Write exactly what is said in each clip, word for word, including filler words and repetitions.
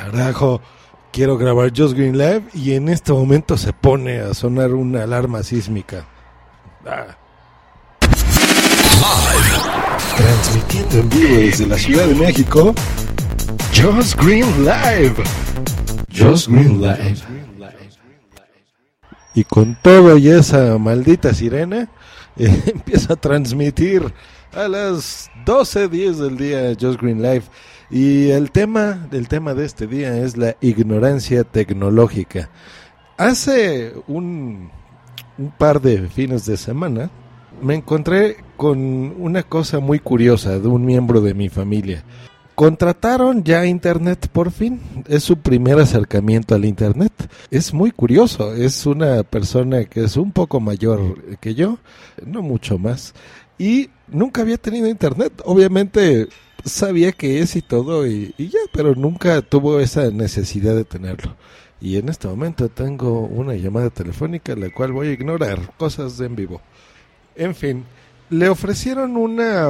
carajo, quiero grabar Just Green Live y en este momento se pone a sonar una alarma sísmica. Ah. Live. Transmitiendo en vivo desde la Ciudad de México, Just Green Live. Just Green Live. Y con todo y esa maldita sirena, eh, empiezo a transmitir a las doce diez del día Just Green Live. Y el tema, el tema de este día es la ignorancia tecnológica. Hace un, un par de fines de semana me encontré con una cosa muy curiosa de un miembro de mi familia. Contrataron ya internet por fin, es su primer acercamiento al internet. Es muy curioso, es una persona que es un poco mayor que yo, no mucho más, y nunca había tenido internet. Obviamente sabía que es y todo y, y ya, pero nunca tuvo esa necesidad de tenerlo. Y en este momento tengo una llamada telefónica la cual voy a ignorar, cosas de en vivo. En fin, le ofrecieron una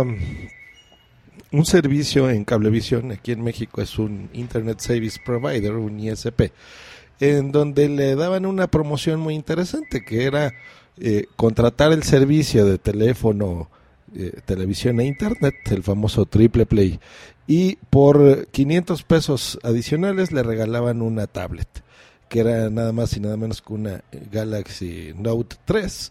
un servicio en Cablevisión, aquí en México es un Internet Service Provider, un I S P, en donde le daban una promoción muy interesante, que era eh, contratar el servicio de teléfono, eh, televisión e internet, el famoso Triple Play, y por quinientos pesos adicionales le regalaban una tablet, que era nada más y nada menos que una Galaxy Note tres,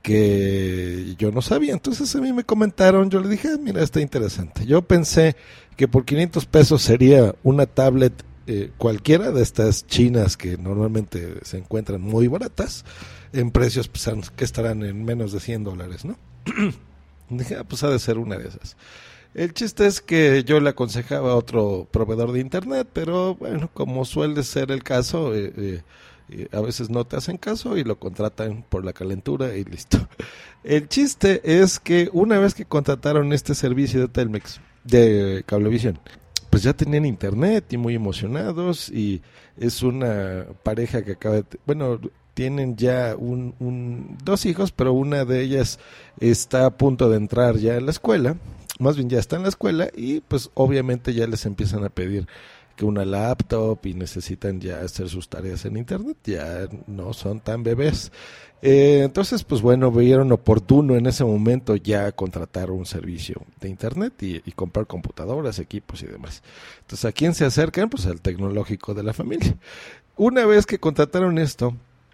que yo no sabía. Entonces a mí me comentaron, yo le dije, ah, mira, está interesante. Yo pensé que por quinientos pesos sería una tablet eh, cualquiera de estas chinas que normalmente se encuentran muy baratas, en precios pues, que estarán en menos de cien dólares, ¿no? Dije, ah, pues ha de ser una de esas. El chiste es que yo le aconsejaba a otro proveedor de internet, pero bueno, como suele ser el caso, eh, eh, y a veces no te hacen caso y lo contratan por la calentura y listo. El chiste es que una vez que contrataron este servicio de Telmex, de Cablevisión, pues ya tenían internet y muy emocionados, y es una pareja que acaba de... Bueno, tienen ya un, un dos hijos, pero una de ellas está a punto de entrar ya a la escuela, más bien ya está en la escuela, y pues obviamente ya les empiezan a pedir que una laptop y necesitan ya hacer sus tareas en internet, ya no son tan bebés. Eh, entonces, pues bueno, vieron oportuno en ese momento ya contratar un servicio de internet y, y comprar computadoras, equipos y demás. Entonces, ¿a quién se acercan? Pues al tecnológico de la familia. Una vez que contrataron esto,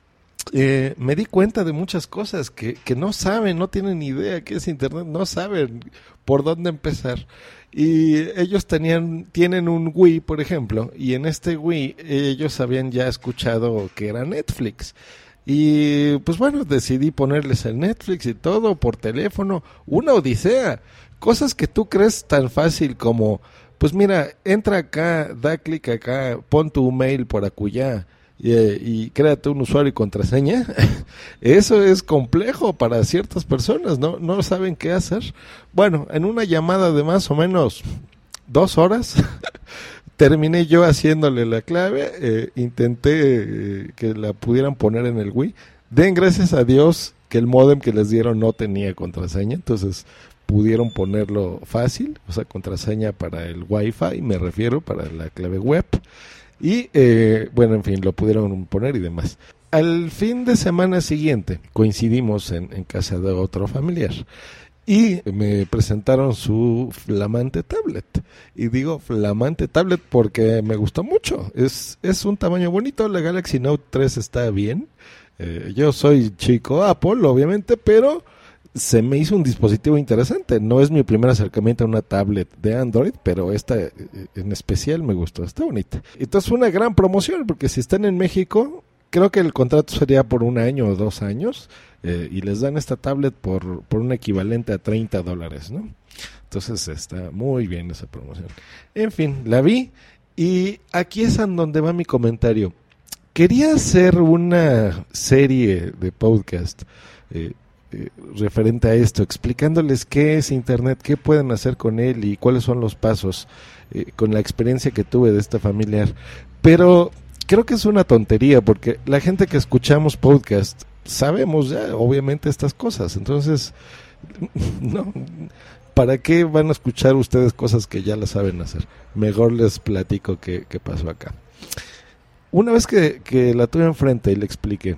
Eh, me di cuenta de muchas cosas que, que no saben, no tienen ni idea qué es internet, no saben por dónde empezar. Y ellos tenían, tienen un Wii, por ejemplo, y en este Wii ellos habían ya escuchado que era Netflix. Y pues bueno, decidí ponerles el Netflix y todo por teléfono, una odisea, cosas que tú crees tan fácil como, pues mira, entra acá, da clic acá, pon tu mail por acullá, Y, y créate un usuario y contraseña. Eso es complejo para ciertas personas, no no saben qué hacer. Bueno, en una llamada de más o menos dos horas terminé yo haciéndole la clave, eh, intenté eh, que la pudieran poner en el Wii. Den gracias a Dios que el módem que les dieron no tenía contraseña, entonces pudieron ponerlo fácil, o sea, contraseña para el Wi-Fi, me refiero, para la clave web. Y, eh, bueno, en fin, lo pudieron poner y demás. Al fin de semana siguiente coincidimos en, en casa de otro familiar y me presentaron su flamante tablet. Y digo flamante tablet porque me gustó mucho. Es, es un tamaño bonito, la Galaxy Note tres está bien. Eh, yo soy chico Apple, obviamente, pero se me hizo un dispositivo interesante. No es mi primer acercamiento a una tablet de Android, pero esta en especial me gustó, está bonita. Entonces fue una gran promoción, porque si están en México, creo que el contrato sería por un año o dos años, eh, y les dan esta tablet por, por un equivalente a treinta dólares, ¿no? Entonces está muy bien esa promoción. En fin, la vi, y aquí es en donde va mi comentario. Quería hacer una serie de podcast, eh, Eh, referente a esto, explicándoles qué es internet, qué pueden hacer con él y cuáles son los pasos, eh, con la experiencia que tuve de esta familiar, pero creo que es una tontería porque la gente que escuchamos podcast sabemos ya obviamente estas cosas, entonces no, ¿para qué van a escuchar ustedes cosas que ya las saben hacer? Mejor les platico qué, qué pasó acá. una vez que, que la tuve enfrente y le expliqué,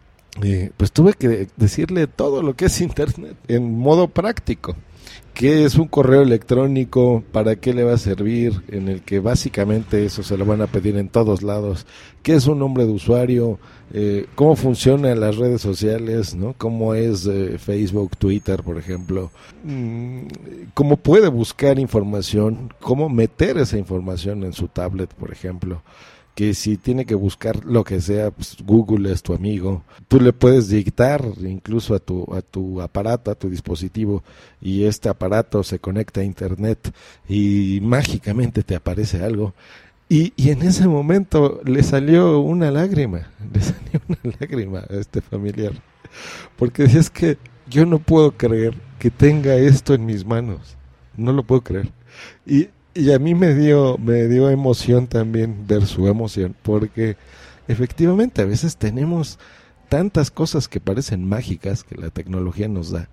eh, pues tuve que decirle todo lo que es Internet en modo práctico. ¿Qué es un correo electrónico? ¿Para qué le va a servir? En el que básicamente eso se lo van a pedir en todos lados. ¿Qué es un nombre de usuario? Eh, ¿Cómo funcionan las redes sociales? ¿No? ¿Cómo es eh, Facebook, Twitter, por ejemplo? Mm, ¿Cómo puede buscar información? ¿Cómo meter esa información en su tablet, por ejemplo? Que si tiene que buscar lo que sea, pues Google es tu amigo. Tú le puedes dictar incluso a tu a tu aparato, a tu dispositivo, y este aparato se conecta a internet y mágicamente te aparece algo. Y, y en ese momento le salió una lágrima, le salió una lágrima a este familiar, porque decía, es que yo no puedo creer que tenga esto en mis manos, no lo puedo creer. Y Y a mí me dio me dio emoción también ver su emoción, porque efectivamente a veces tenemos tantas cosas que parecen mágicas que la tecnología nos da,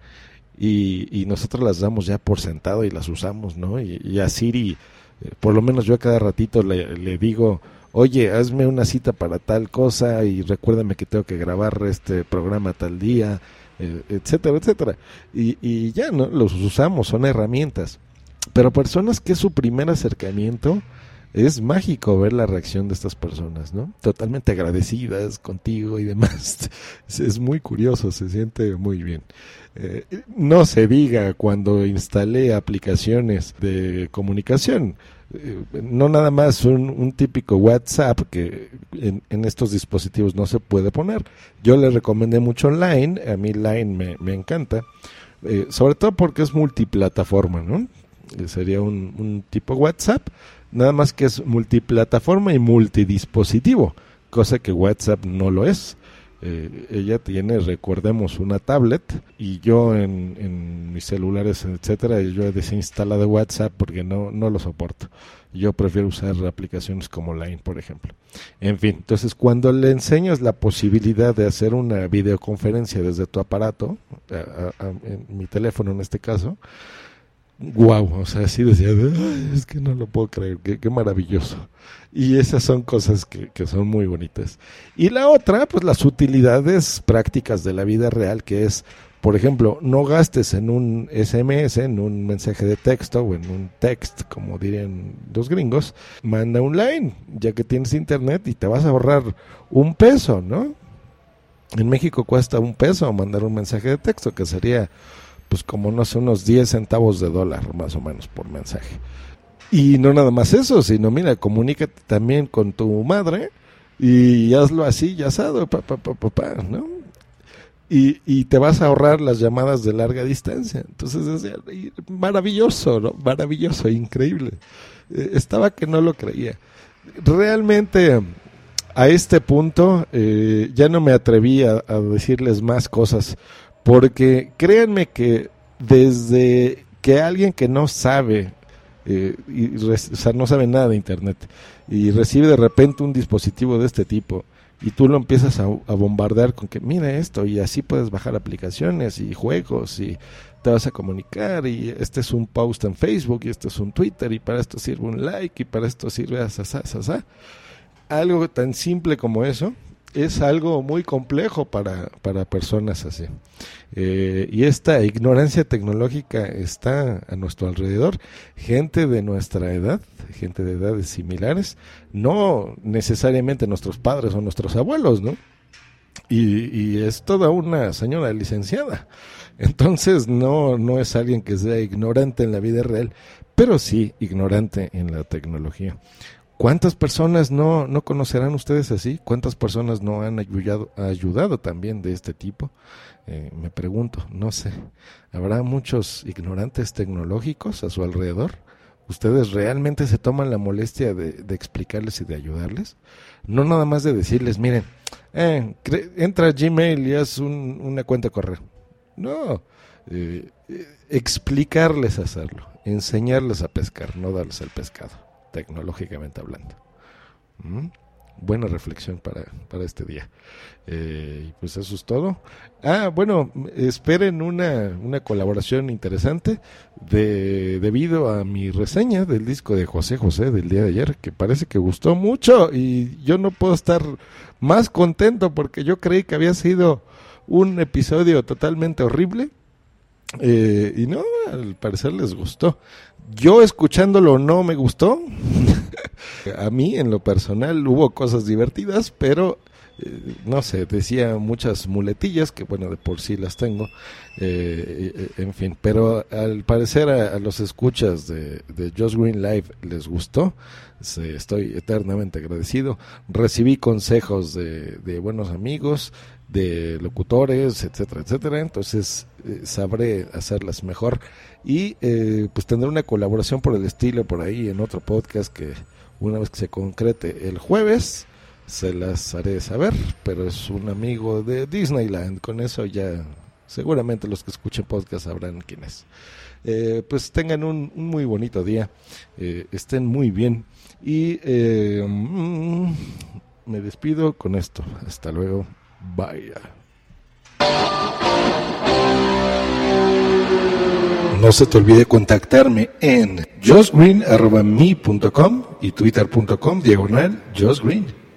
y, y nosotros las damos ya por sentado y las usamos, ¿no? Y, y a Siri, eh, por lo menos yo a cada ratito le, le digo, oye, hazme una cita para tal cosa y recuérdame que tengo que grabar este programa tal día, eh, etcétera, etcétera. Y, y ya, ¿no? Los usamos, son herramientas. Pero personas que es su primer acercamiento, es mágico ver la reacción de estas personas, ¿no? Totalmente agradecidas contigo y demás. Es, es muy curioso, se siente muy bien. Eh, no se diga cuando instalé aplicaciones de comunicación. Eh, no nada más un, un típico WhatsApp que en, en estos dispositivos no se puede poner. Yo le recomendé mucho Line, a mí Line me, me encanta, eh, sobre todo porque es multiplataforma, ¿no? Sería un, un tipo WhatsApp, nada más que es multiplataforma y multidispositivo, cosa que WhatsApp no lo es. Eh, ella tiene, recordemos, una tablet, y yo en, en mis celulares, etcétera, yo he desinstalado WhatsApp porque no, no lo soporto. Yo prefiero usar aplicaciones como Line, por ejemplo. En fin, entonces cuando le enseñas la posibilidad de hacer una videoconferencia desde tu aparato, a, a, a, en mi teléfono en este caso, wow, o sea, así decía, es que no lo puedo creer, qué, qué maravilloso. Y esas son cosas que, que son muy bonitas. Y la otra, pues las utilidades prácticas de la vida real, que es, por ejemplo, no gastes en un S M S, en un mensaje de texto o en un text, como dirían los gringos, manda un line, ya que tienes internet, y te vas a ahorrar un peso, ¿no? En México cuesta un peso mandar un mensaje de texto, que sería, pues como no sé, unos diez centavos de dólar más o menos por mensaje. Y no nada más eso, sino mira, comunícate también con tu madre y hazlo así, ya asado, pa, pa, pa, pa, pa, ¿no? Y, y te vas a ahorrar las llamadas de larga distancia. Entonces es maravilloso, ¿no? Maravilloso, increíble. Eh, estaba que no lo creía. Realmente a este punto eh, ya no me atreví a, a decirles más cosas, porque créanme que desde que alguien que no sabe, eh, y re, o sea, no sabe nada de internet, y recibe de repente un dispositivo de este tipo, y tú lo empiezas a, a bombardear con que mira esto, y así puedes bajar aplicaciones y juegos, y te vas a comunicar, y este es un post en Facebook, y este es un Twitter, y para esto sirve un like, y para esto sirve asá, asá, asá. Algo tan simple como eso es algo muy complejo para, para personas así. Eh, y esta ignorancia tecnológica está a nuestro alrededor. Gente de nuestra edad, gente de edades similares, no necesariamente nuestros padres o nuestros abuelos, ¿no? Y, y es toda una señora licenciada. Entonces no, no es alguien que sea ignorante en la vida real, pero sí ignorante en la tecnología. ¿Cuántas personas no, no conocerán ustedes así? ¿Cuántas personas no han ayudado, ayudado también de este tipo? Eh, me pregunto, no sé. ¿Habrá muchos ignorantes tecnológicos a su alrededor? ¿Ustedes realmente se toman la molestia de, de explicarles y de ayudarles? No nada más de decirles, miren, eh, cre- entra a Gmail y haz un, una cuenta de correo. No, eh, eh, explicarles a hacerlo, enseñarles a pescar, no darles el pescado, tecnológicamente hablando. ¿Mm? buena reflexión para, para este día. Eh, y pues eso es todo. Ah, bueno, esperen una, una colaboración interesante de, debido a mi reseña del disco de José José del día de ayer, que parece que gustó mucho y yo no puedo estar más contento porque yo creí que había sido un episodio totalmente horrible. Eh, y no, al parecer les gustó. Yo escuchándolo no me gustó. A mí en lo personal hubo cosas divertidas, pero eh, no sé, decía muchas muletillas que bueno, de por sí las tengo, eh, eh, en fin, pero al parecer a, a los escuchas de, de Just Green Live les gustó. Se, estoy eternamente agradecido. Recibí consejos de, de buenos amigos, de locutores, etcétera, etcétera. Entonces eh, sabré hacerlas mejor y eh, pues tendré una colaboración por el estilo por ahí en otro podcast que una vez que se concrete el jueves se las haré saber, pero es un amigo de Disneyland. Con eso ya seguramente los que escuchen podcast sabrán quién es. Eh, pues tengan un, un muy bonito día, eh, estén muy bien y eh, mm, me despido con esto. Hasta luego. Bye. No se te olvide contactarme en josh green arroba me punto com y twitter punto com diagonal josh green.